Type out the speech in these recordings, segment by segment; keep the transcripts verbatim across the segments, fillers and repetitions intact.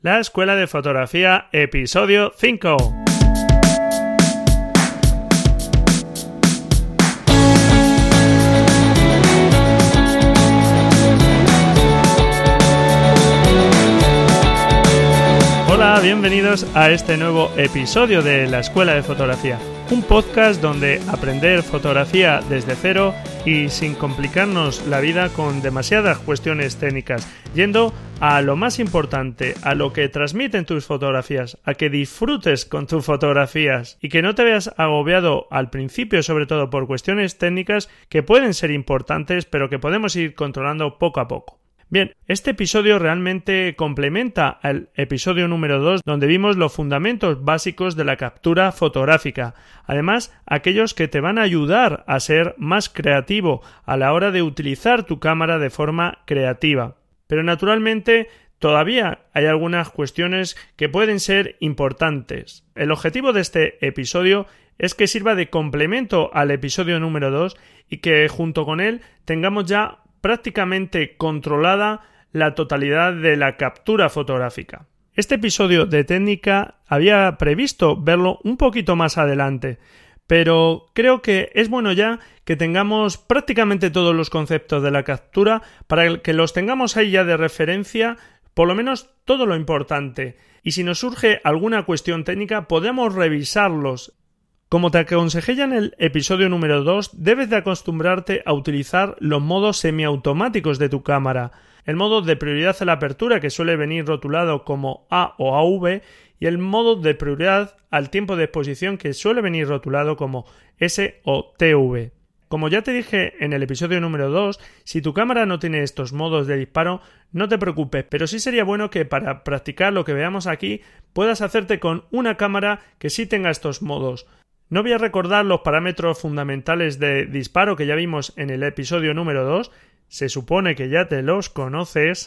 La Escuela de Fotografía, episodio cinco. Hola, bienvenidos a este nuevo episodio de La Escuela de Fotografía, un podcast donde aprender fotografía desde cero y sin complicarnos la vida con demasiadas cuestiones técnicas, yendo a lo más importante, a lo que transmiten tus fotografías, a que disfrutes con tus fotografías y que no te veas agobiado al principio, sobre todo por cuestiones técnicas que pueden ser importantes, pero que podemos ir controlando poco a poco. Bien, este episodio realmente complementa al episodio número dos, donde vimos los fundamentos básicos de la captura fotográfica. Además, aquellos que te van a ayudar a ser más creativo a la hora de utilizar tu cámara de forma creativa. Pero naturalmente, todavía hay algunas cuestiones que pueden ser importantes. El objetivo de este episodio es que sirva de complemento al episodio número dos y que junto con él tengamos ya prácticamente controlada la totalidad de la captura fotográfica. Este episodio de técnica había previsto verlo un poquito más adelante, pero creo que es bueno ya que tengamos prácticamente todos los conceptos de la captura para que los tengamos ahí ya de referencia, por lo menos todo lo importante, y si nos surge alguna cuestión técnica podemos revisarlos. Como te aconsejé ya en el episodio número dos, debes de acostumbrarte a utilizar los modos semiautomáticos de tu cámara. El modo de prioridad a la apertura, que suele venir rotulado como A o A V, y el modo de prioridad al tiempo de exposición, que suele venir rotulado como S o T V. Como ya te dije en el episodio número dos, si tu cámara no tiene estos modos de disparo, no te preocupes, pero sí sería bueno que para practicar lo que veamos aquí, puedas hacerte con una cámara que sí tenga estos modos. No voy a recordar los parámetros fundamentales de disparo que ya vimos en el episodio número dos, se supone que ya te los conoces,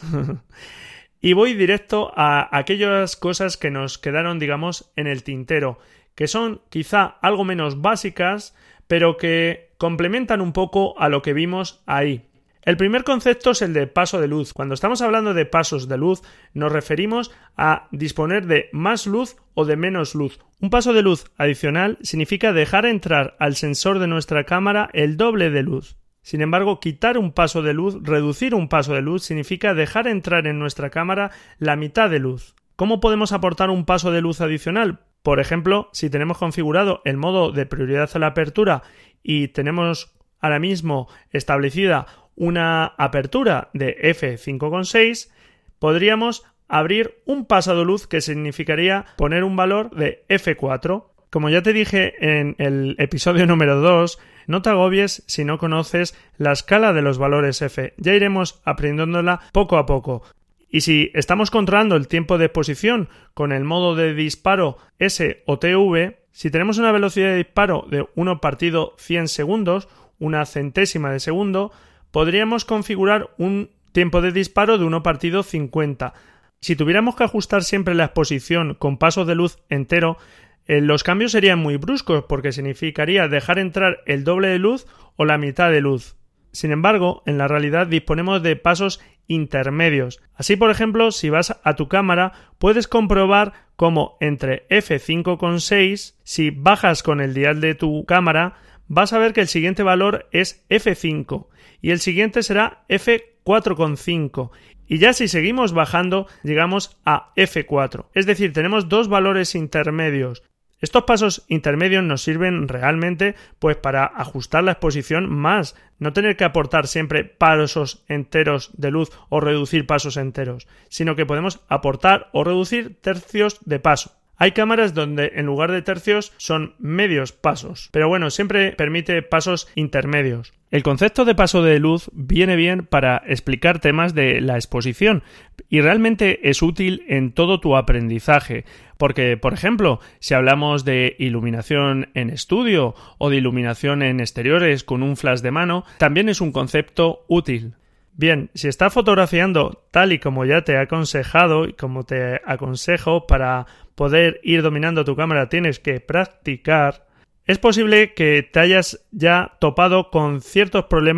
y voy directo a aquellas cosas que nos quedaron, digamos, en el tintero, que son quizá algo menos básicas, pero que complementan un poco a lo que vimos ahí. El primer concepto es el de paso de luz. Cuando estamos hablando de pasos de luz, nos referimos a disponer de más luz o de menos luz. Un paso de luz adicional significa dejar entrar al sensor de nuestra cámara el doble de luz. Sin embargo, quitar un paso de luz, reducir un paso de luz, significa dejar entrar en nuestra cámara la mitad de luz. ¿Cómo podemos aportar un paso de luz adicional? Por ejemplo, si tenemos configurado el modo de prioridad a la apertura y tenemos ahora mismo establecida una apertura de efe cinco coma seis, podríamos abrir un paso de luz que significaría poner un valor de efe cuatro. Como ya te dije en el episodio número dos, no te agobies si no conoces la escala de los valores F. Ya iremos aprendiéndola poco a poco. Y si estamos controlando el tiempo de exposición con el modo de disparo S o T V, si tenemos una velocidad de disparo de uno partido cien segundos, una centésima de segundo, podríamos configurar un tiempo de disparo de uno partido cincuenta. Si tuviéramos que ajustar siempre la exposición con pasos de luz entero, eh, los cambios serían muy bruscos porque significaría dejar entrar el doble de luz o la mitad de luz. Sin embargo, en la realidad disponemos de pasos intermedios. Así, por ejemplo, si vas a tu cámara, puedes comprobar cómo entre efe cinco coma seis, si bajas con el dial de tu cámara, vas a ver que el siguiente valor es efe cinco y el siguiente será efe cuatro coma cinco y ya si seguimos bajando llegamos a efe cuatro. Es decir, tenemos dos valores intermedios. Estos pasos intermedios nos sirven realmente pues para ajustar la exposición más, no tener que aportar siempre pasos enteros de luz o reducir pasos enteros, sino que podemos aportar o reducir tercios de paso. Hay cámaras donde en lugar de tercios son medios pasos, pero bueno, siempre permite pasos intermedios. El concepto de paso de luz viene bien para explicar temas de la exposición y realmente es útil en todo tu aprendizaje, porque, por ejemplo, si hablamos de iluminación en estudio o de iluminación en exteriores con un flash de mano, también es un concepto útil. Bien, si estás fotografiando tal y como ya te he aconsejado y como te aconsejo para poder ir dominando tu cámara tienes que practicar, es posible que te hayas ya topado con ciertos problemas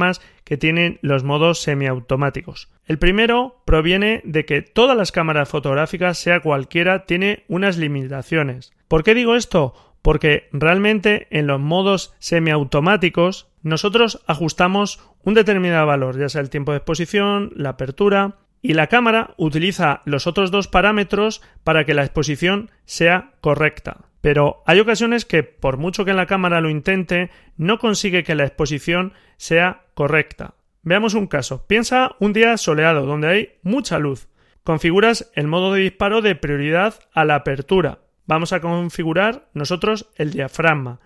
que tienen los modos semiautomáticos. El primero proviene de que todas las cámaras fotográficas, sea cualquiera, tiene unas limitaciones. ¿Por qué digo esto? Porque realmente en los modos semiautomáticos nosotros ajustamos un determinado valor, ya sea el tiempo de exposición, la apertura, y la cámara utiliza los otros dos parámetros para que la exposición sea correcta. Pero hay ocasiones que, por mucho que la cámara lo intente, no consigue que la exposición sea correcta. Veamos un caso. Piensa un día soleado donde hay mucha luz. Configuras el modo de disparo de prioridad a la apertura. Vamos a configurar nosotros el diafragma.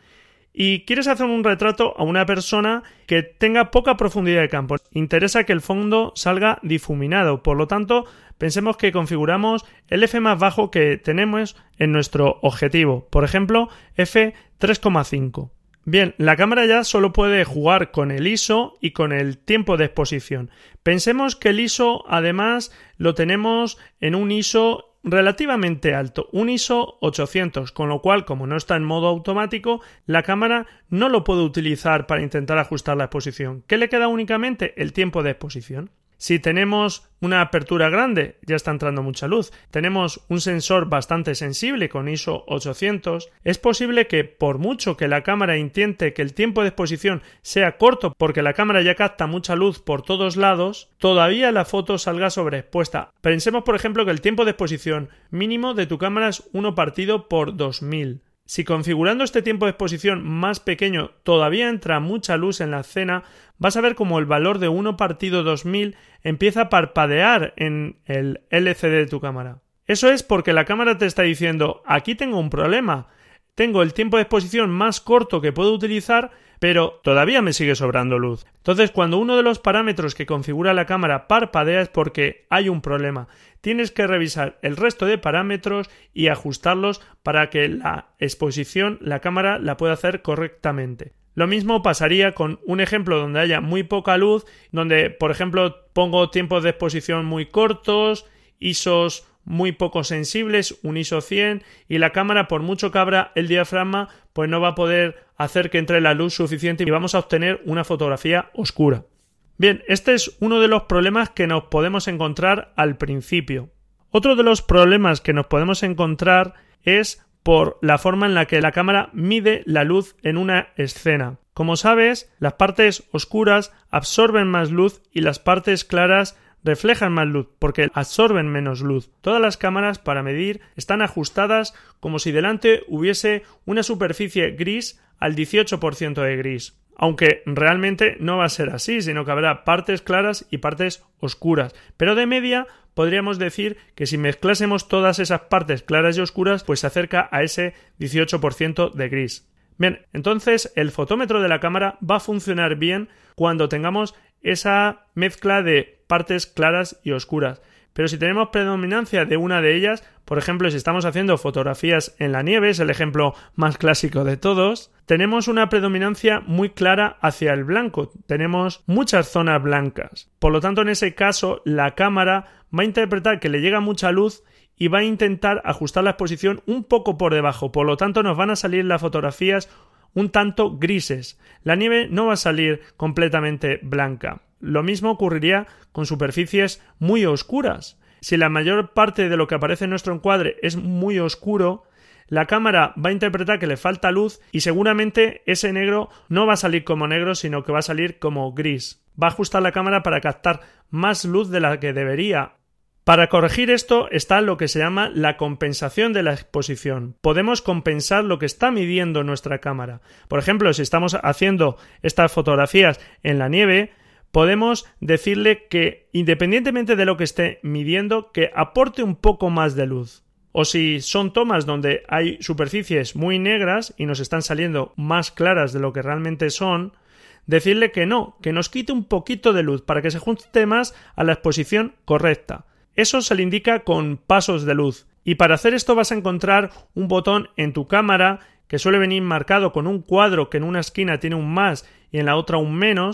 Y quieres hacer un retrato a una persona que tenga poca profundidad de campo. Interesa que el fondo salga difuminado. Por lo tanto, pensemos que configuramos el F más bajo que tenemos en nuestro objetivo. Por ejemplo, F tres coma cinco. Bien, la cámara ya solo puede jugar con el I S O y con el tiempo de exposición. Pensemos que el I S O además lo tenemos en un I S O relativamente alto, un I S O ochocientos, con lo cual, como no está en modo automático, la cámara no lo puede utilizar para intentar ajustar la exposición. ¿Qué le queda únicamente? El tiempo de exposición. Si tenemos una apertura grande, ya está entrando mucha luz, tenemos un sensor bastante sensible con I S O ochocientos, es posible que por mucho que la cámara intente que el tiempo de exposición sea corto porque la cámara ya capta mucha luz por todos lados, todavía la foto salga sobreexpuesta. Pensemos, por ejemplo, que el tiempo de exposición mínimo de tu cámara es uno partido por dos mil. Si configurando este tiempo de exposición más pequeño todavía entra mucha luz en la escena, vas a ver como el valor de uno partido dos mil empieza a parpadear en el L C D de tu cámara. Eso es porque la cámara te está diciendo: aquí tengo un problema, tengo el tiempo de exposición más corto que puedo utilizar, pero todavía me sigue sobrando luz. Entonces, cuando uno de los parámetros que configura la cámara parpadea es porque hay un problema. Tienes que revisar el resto de parámetros y ajustarlos para que la exposición, la cámara la pueda hacer correctamente. Lo mismo pasaría con un ejemplo donde haya muy poca luz, donde, por ejemplo, pongo tiempos de exposición muy cortos, I S Os muy poco sensibles, un I S O cien, y la cámara, por mucho que abra el diafragma, pues no va a poder hacer que entre la luz suficiente y vamos a obtener una fotografía oscura. Bien, este es uno de los problemas que nos podemos encontrar al principio. Otro de los problemas que nos podemos encontrar es por la forma en la que la cámara mide la luz en una escena. Como sabes, las partes oscuras absorben más luz y las partes claras reflejan más luz porque absorben menos luz. Todas las cámaras para medir están ajustadas como si delante hubiese una superficie gris al dieciocho por ciento de gris. Aunque realmente no va a ser así, sino que habrá partes claras y partes oscuras. Pero de media podríamos decir que si mezclásemos todas esas partes claras y oscuras, pues se acerca a ese dieciocho por ciento de gris. Bien, entonces el fotómetro de la cámara va a funcionar bien cuando tengamos esa mezcla de partes claras y oscuras. Pero si tenemos predominancia de una de ellas, por ejemplo, si estamos haciendo fotografías en la nieve, es el ejemplo más clásico de todos, tenemos una predominancia muy clara hacia el blanco. Tenemos muchas zonas blancas. Por lo tanto, en ese caso, la cámara va a interpretar que le llega mucha luz y va a intentar ajustar la exposición un poco por debajo. Por lo tanto, nos van a salir las fotografías un tanto grises. La nieve no va a salir completamente blanca. Lo mismo ocurriría con superficies muy oscuras. Si la mayor parte de lo que aparece en nuestro encuadre es muy oscuro, la cámara va a interpretar que le falta luz y seguramente ese negro no va a salir como negro, sino que va a salir como gris. Va a ajustar la cámara para captar más luz de la que debería. Para corregir esto está lo que se llama la compensación de la exposición. Podemos compensar lo que está midiendo nuestra cámara. Por ejemplo, si estamos haciendo estas fotografías en la nieve, podemos decirle que, independientemente de lo que esté midiendo, que aporte un poco más de luz. O si son tomas donde hay superficies muy negras y nos están saliendo más claras de lo que realmente son, decirle que no, que nos quite un poquito de luz para que se ajuste más a la exposición correcta. Eso se le indica con pasos de luz. Y para hacer esto vas a encontrar un botón en tu cámara que suele venir marcado con un cuadro que en una esquina tiene un más y en la otra un menos,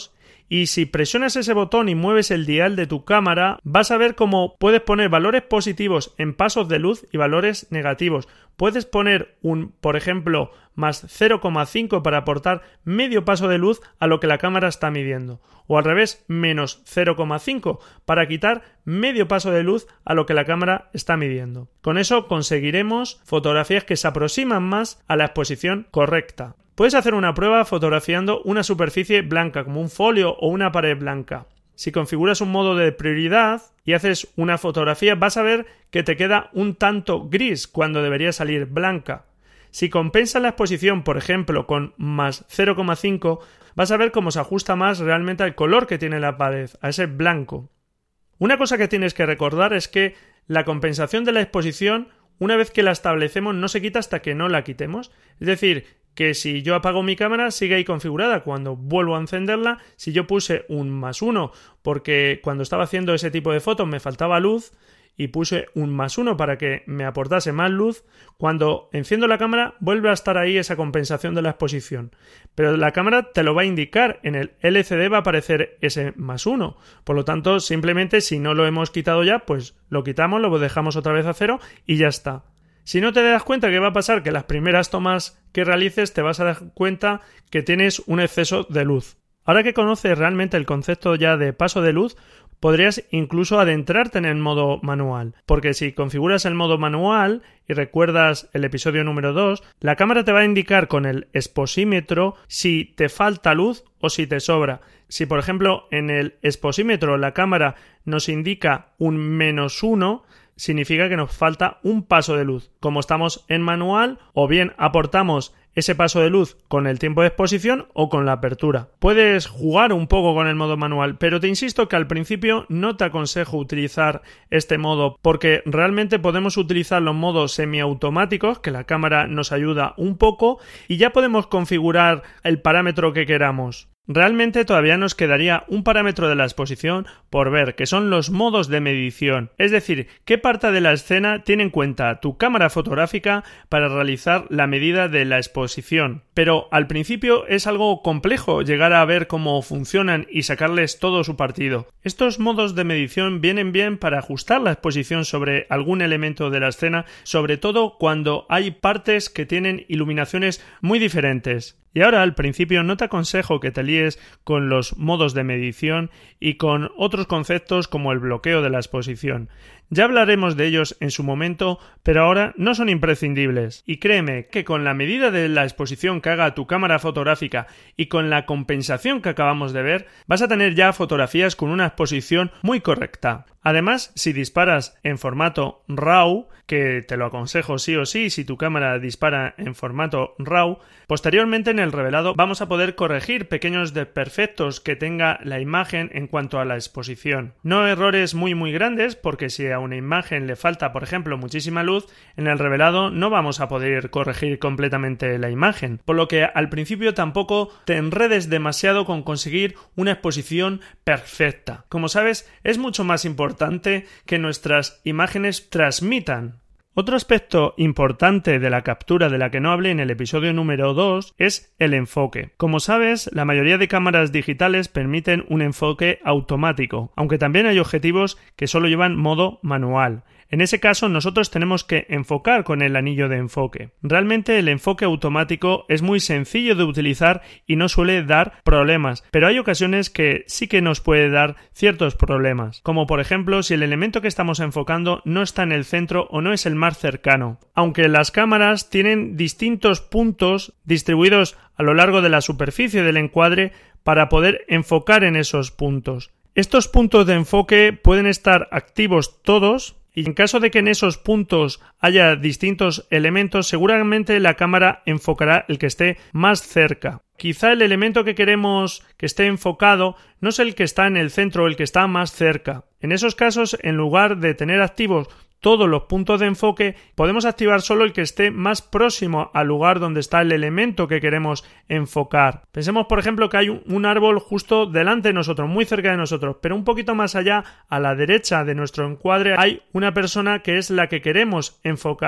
y si presionas ese botón y mueves el dial de tu cámara, vas a ver cómo puedes poner valores positivos en pasos de luz y valores negativos. Puedes poner un, por ejemplo, más cero coma cinco para aportar medio paso de luz a lo que la cámara está midiendo. O al revés, menos cero coma cinco para quitar medio paso de luz a lo que la cámara está midiendo. Con eso conseguiremos fotografías que se aproximan más a la exposición correcta. Puedes hacer una prueba fotografiando una superficie blanca, como un folio o una pared blanca. Si configuras un modo de prioridad y haces una fotografía, vas a ver que te queda un tanto gris cuando debería salir blanca. Si compensas la exposición, por ejemplo, con más cero coma cinco, vas a ver cómo se ajusta más realmente al color que tiene la pared, a ese blanco. Una cosa que tienes que recordar es que la compensación de la exposición, una vez que la establecemos, no se quita hasta que no la quitemos. Es decir, que si yo apago mi cámara sigue ahí configurada. Cuando vuelvo a encenderla, si yo puse un más uno porque cuando estaba haciendo ese tipo de fotos me faltaba luz y puse un más uno para que me aportase más luz, cuando enciendo la cámara vuelve a estar ahí esa compensación de la exposición. Pero la cámara te lo va a indicar, en el L C D va a aparecer ese más uno. Por lo tanto, simplemente si no lo hemos quitado ya, pues lo quitamos, lo dejamos otra vez a cero y ya está. Si no te das cuenta, ¿qué va a pasar? Que las primeras tomas que realices te vas a dar cuenta que tienes un exceso de luz. Ahora que conoces realmente el concepto ya de paso de luz, podrías incluso adentrarte en el modo manual, porque si configuras el modo manual y recuerdas el episodio número dos, la cámara te va a indicar con el exposímetro si te falta luz o si te sobra. Si por ejemplo en el exposímetro la cámara nos indica un menos uno, significa que nos falta un paso de luz. Como estamos en manual, o bien aportamos ese paso de luz con el tiempo de exposición o con la apertura. Puedes jugar un poco con el modo manual, pero te insisto que al principio no te aconsejo utilizar este modo porque realmente podemos utilizar los modos semiautomáticos, que la cámara nos ayuda un poco, y ya podemos configurar el parámetro que queramos. Realmente todavía nos quedaría un parámetro de la exposición por ver, que son los modos de medición, es decir, qué parte de la escena tiene en cuenta tu cámara fotográfica para realizar la medida de la exposición. Pero al principio es algo complejo llegar a ver cómo funcionan y sacarles todo su partido. Estos modos de medición vienen bien para ajustar la exposición sobre algún elemento de la escena, sobre todo cuando hay partes que tienen iluminaciones muy diferentes. Y ahora al principio no te aconsejo que te líes con los modos de medición y con otros conceptos como el bloqueo de la exposición. Ya hablaremos de ellos en su momento, pero ahora no son imprescindibles. Y créeme que con la medida de la exposición que haga tu cámara fotográfica y con la compensación que acabamos de ver, vas a tener ya fotografías con una exposición muy correcta. Además, si disparas en formato RAW, que te lo aconsejo sí o sí si tu cámara dispara en formato RAW, posteriormente en el revelado vamos a poder corregir pequeños desperfectos que tenga la imagen en cuanto a la exposición. No errores muy muy grandes, porque si a una imagen le falta, por ejemplo, muchísima luz, en el revelado no vamos a poder corregir completamente la imagen, por lo que al principio tampoco te enredes demasiado con conseguir una exposición perfecta. Como sabes, es mucho más importante que nuestras imágenes transmitan. Otro aspecto importante de la captura de la que no hablé en el episodio número dos es el enfoque. Como sabes, la mayoría de cámaras digitales permiten un enfoque automático, aunque también hay objetivos que solo llevan modo manual. En ese caso, nosotros tenemos que enfocar con el anillo de enfoque. Realmente el enfoque automático es muy sencillo de utilizar y no suele dar problemas, pero hay ocasiones que sí que nos puede dar ciertos problemas, como por ejemplo si el elemento que estamos enfocando no está en el centro o no es el más cercano. Aunque las cámaras tienen distintos puntos distribuidos a lo largo de la superficie del encuadre para poder enfocar en esos puntos. Estos puntos de enfoque pueden estar activos todos, y en caso de que en esos puntos haya distintos elementos, seguramente la cámara enfocará el que esté más cerca. Quizá el elemento que queremos que esté enfocado no es el que está en el centro o el que está más cerca. En esos casos, en lugar de tener activos todos los puntos de enfoque, podemos activar solo el que esté más próximo al lugar donde está el elemento que queremos enfocar. Pensemos, por ejemplo, que hay un árbol justo delante de nosotros, muy cerca de nosotros, pero un poquito más allá, a la derecha de nuestro encuadre, hay una persona que es la que queremos enfocar.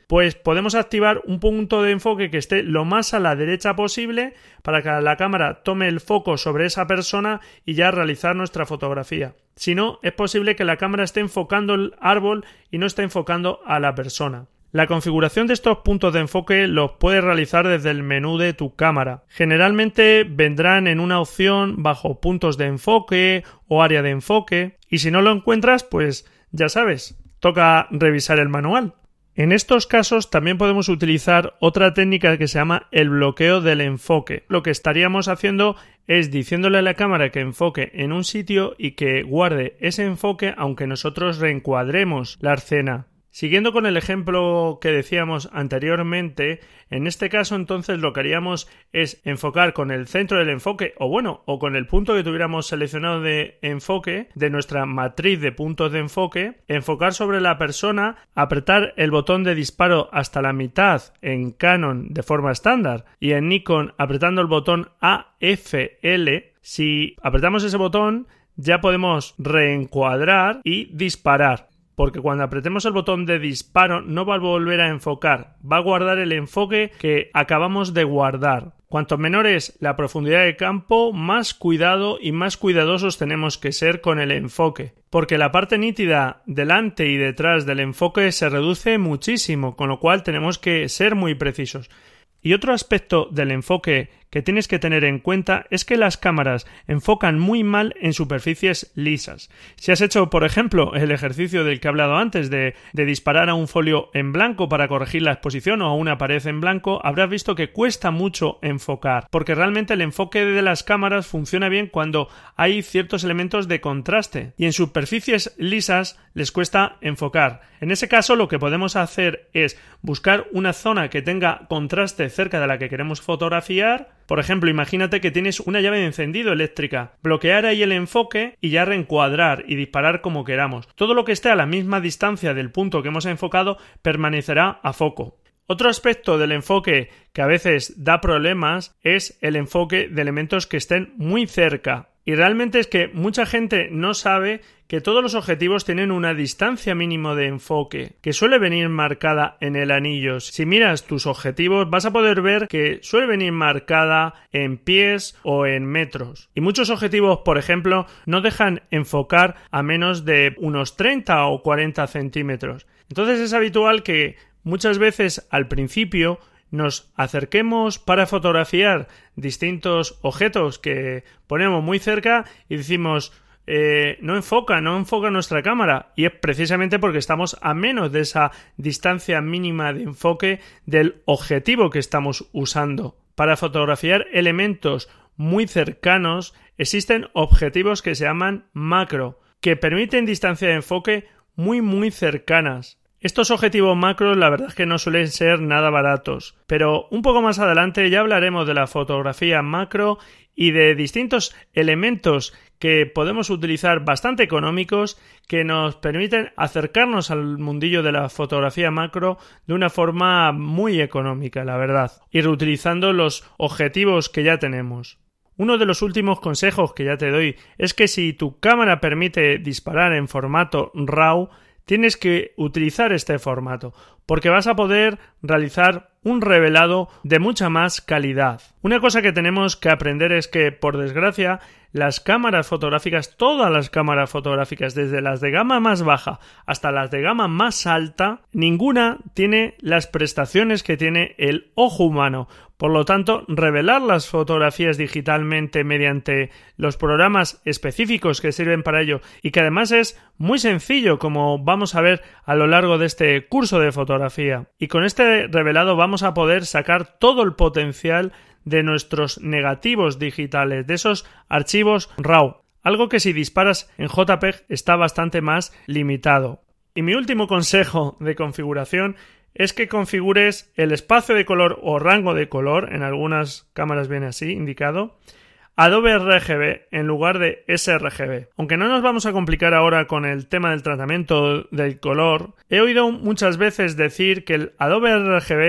pues podemos activar un punto de enfoque que esté lo más a la derecha posible para que la cámara tome el foco sobre esa persona y ya realizar nuestra fotografía. Si no, es posible que la cámara esté enfocando el árbol y no esté enfocando a la persona. La configuración de estos puntos de enfoque los puedes realizar desde el menú de tu cámara. Generalmente vendrán en una opción bajo puntos de enfoque o área de enfoque, y si no lo encuentras, pues ya sabes, toca revisar el manual. En estos casos también podemos utilizar otra técnica que se llama el bloqueo del enfoque. Lo que estaríamos haciendo es diciéndole a la cámara que enfoque en un sitio y que guarde ese enfoque aunque nosotros reencuadremos la escena. Siguiendo con el ejemplo que decíamos anteriormente, en este caso entonces lo que haríamos es enfocar con el centro del enfoque o bueno, o con el punto que tuviéramos seleccionado de enfoque de nuestra matriz de puntos de enfoque, enfocar sobre la persona, apretar el botón de disparo hasta la mitad en Canon de forma estándar y en Nikon apretando el botón A F L. Si apretamos ese botón ya podemos reencuadrar y disparar. Porque cuando apretemos el botón de disparo no va a volver a enfocar, va a guardar el enfoque que acabamos de guardar. Cuanto menor es la profundidad de campo, más cuidado y más cuidadosos tenemos que ser con el enfoque, porque la parte nítida delante y detrás del enfoque se reduce muchísimo, con lo cual tenemos que ser muy precisos. Y otro aspecto del enfoque que tienes que tener en cuenta es que las cámaras enfocan muy mal en superficies lisas. Si has hecho, por ejemplo, el ejercicio del que he hablado antes de, de disparar a un folio en blanco para corregir la exposición o a una pared en blanco, habrás visto que cuesta mucho enfocar, porque realmente el enfoque de las cámaras funciona bien cuando hay ciertos elementos de contraste y en superficies lisas les cuesta enfocar. En ese caso lo que podemos hacer es buscar una zona que tenga contraste cerca de la que queremos fotografiar. Por ejemplo, imagínate que tienes una llave de encendido eléctrica, bloquear ahí el enfoque y ya reencuadrar y disparar como queramos. Todo lo que esté a la misma distancia del punto que hemos enfocado permanecerá a foco. Otro aspecto del enfoque que a veces da problemas es el enfoque de elementos que estén muy cerca. Y realmente es que mucha gente no sabe que todos los objetivos tienen una distancia mínima de enfoque, que suele venir marcada en el anillo. Si miras tus objetivos vas a poder ver que suele venir marcada en pies o en metros. Y muchos objetivos, por ejemplo, no dejan enfocar a menos de unos treinta o cuarenta centímetros. Entonces es habitual que muchas veces al principio nos acerquemos para fotografiar distintos objetos que ponemos muy cerca y decimos eh, no enfoca, no enfoca nuestra cámara, y es precisamente porque estamos a menos de esa distancia mínima de enfoque del objetivo que estamos usando. Para fotografiar elementos muy cercanos existen objetivos que se llaman macro, que permiten distancia de enfoque muy muy cercanas. Estos objetivos macros la verdad es que no suelen ser nada baratos, pero un poco más adelante ya hablaremos de la fotografía macro y de distintos elementos que podemos utilizar bastante económicos que nos permiten acercarnos al mundillo de la fotografía macro de una forma muy económica, la verdad, y reutilizando los objetivos que ya tenemos. Uno de los últimos consejos que ya te doy es que si tu cámara permite disparar en formato RAW, tienes que utilizar este formato, porque vas a poder realizar un revelado de mucha más calidad. Una cosa que tenemos que aprender es que, por desgracia, las cámaras fotográficas, todas las cámaras fotográficas, desde las de gama más baja hasta las de gama más alta, ninguna tiene las prestaciones que tiene el ojo humano. Por lo tanto, revelar las fotografías digitalmente mediante los programas específicos que sirven para ello y que además es muy sencillo, como vamos a ver a lo largo de este curso de fotografía. Y con este revelado vamos a poder sacar todo el potencial de nuestros negativos digitales, de esos archivos RAW, algo que si disparas en JPEG está bastante más limitado. Y mi último consejo de configuración es que configures el espacio de color o rango de color, en algunas cámaras viene así indicado, Adobe R G B en lugar de sRGB. Aunque no nos vamos a complicar ahora con el tema del tratamiento del color, he oído muchas veces decir que el Adobe R G B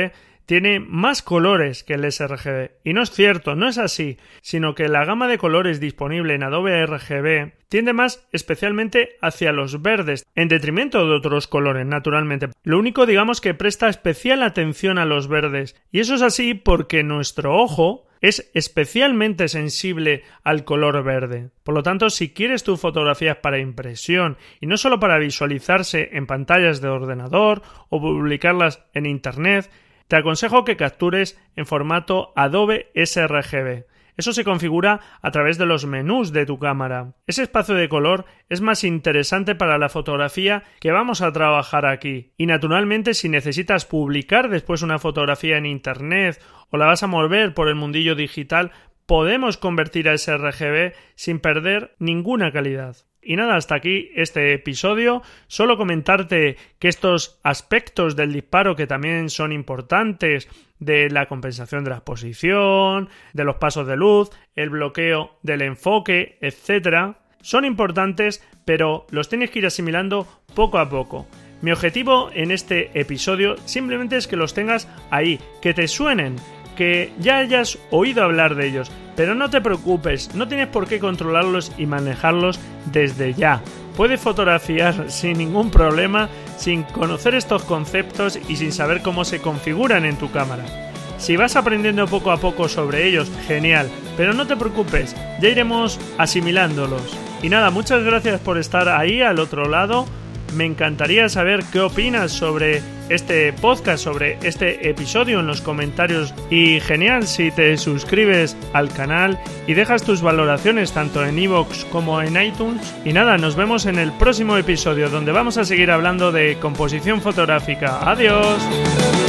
tiene más colores que el sRGB. Y no es cierto, no es así, sino que la gama de colores disponible en Adobe R G B tiende más especialmente hacia los verdes, en detrimento de otros colores, naturalmente. Lo único, digamos, que presta especial atención a los verdes. Y eso es así porque nuestro ojo es especialmente sensible al color verde. Por lo tanto, si quieres tus fotografías para impresión y no solo para visualizarse en pantallas de ordenador o publicarlas en Internet, te aconsejo que captures en formato Adobe sRGB. Eso se configura a través de los menús de tu cámara. Ese espacio de color es más interesante para la fotografía que vamos a trabajar aquí. Y naturalmente, si necesitas publicar después una fotografía en Internet o la vas a mover por el mundillo digital, podemos convertir a sRGB sin perder ninguna calidad. Y nada, hasta aquí este episodio. Solo comentarte que estos aspectos del disparo, que también son importantes, de la compensación de la exposición, de los pasos de luz, el bloqueo del enfoque, etcétera, son importantes, pero los tienes que ir asimilando poco a poco. Mi objetivo en este episodio simplemente es que los tengas ahí, que te suenen, que ya hayas oído hablar de ellos, pero no te preocupes, no tienes por qué controlarlos y manejarlos desde ya. Puedes fotografiar sin ningún problema, sin conocer estos conceptos y sin saber cómo se configuran en tu cámara. Si vas aprendiendo poco a poco sobre ellos, genial, pero no te preocupes, ya iremos asimilándolos. Y nada, muchas gracias por estar ahí al otro lado. Me encantaría saber qué opinas sobre este podcast, sobre este episodio en los comentarios, y genial si te suscribes al canal y dejas tus valoraciones tanto en iVoox como en iTunes. Y nada, nos vemos en el próximo episodio donde vamos a seguir hablando de composición fotográfica. ¡Adiós!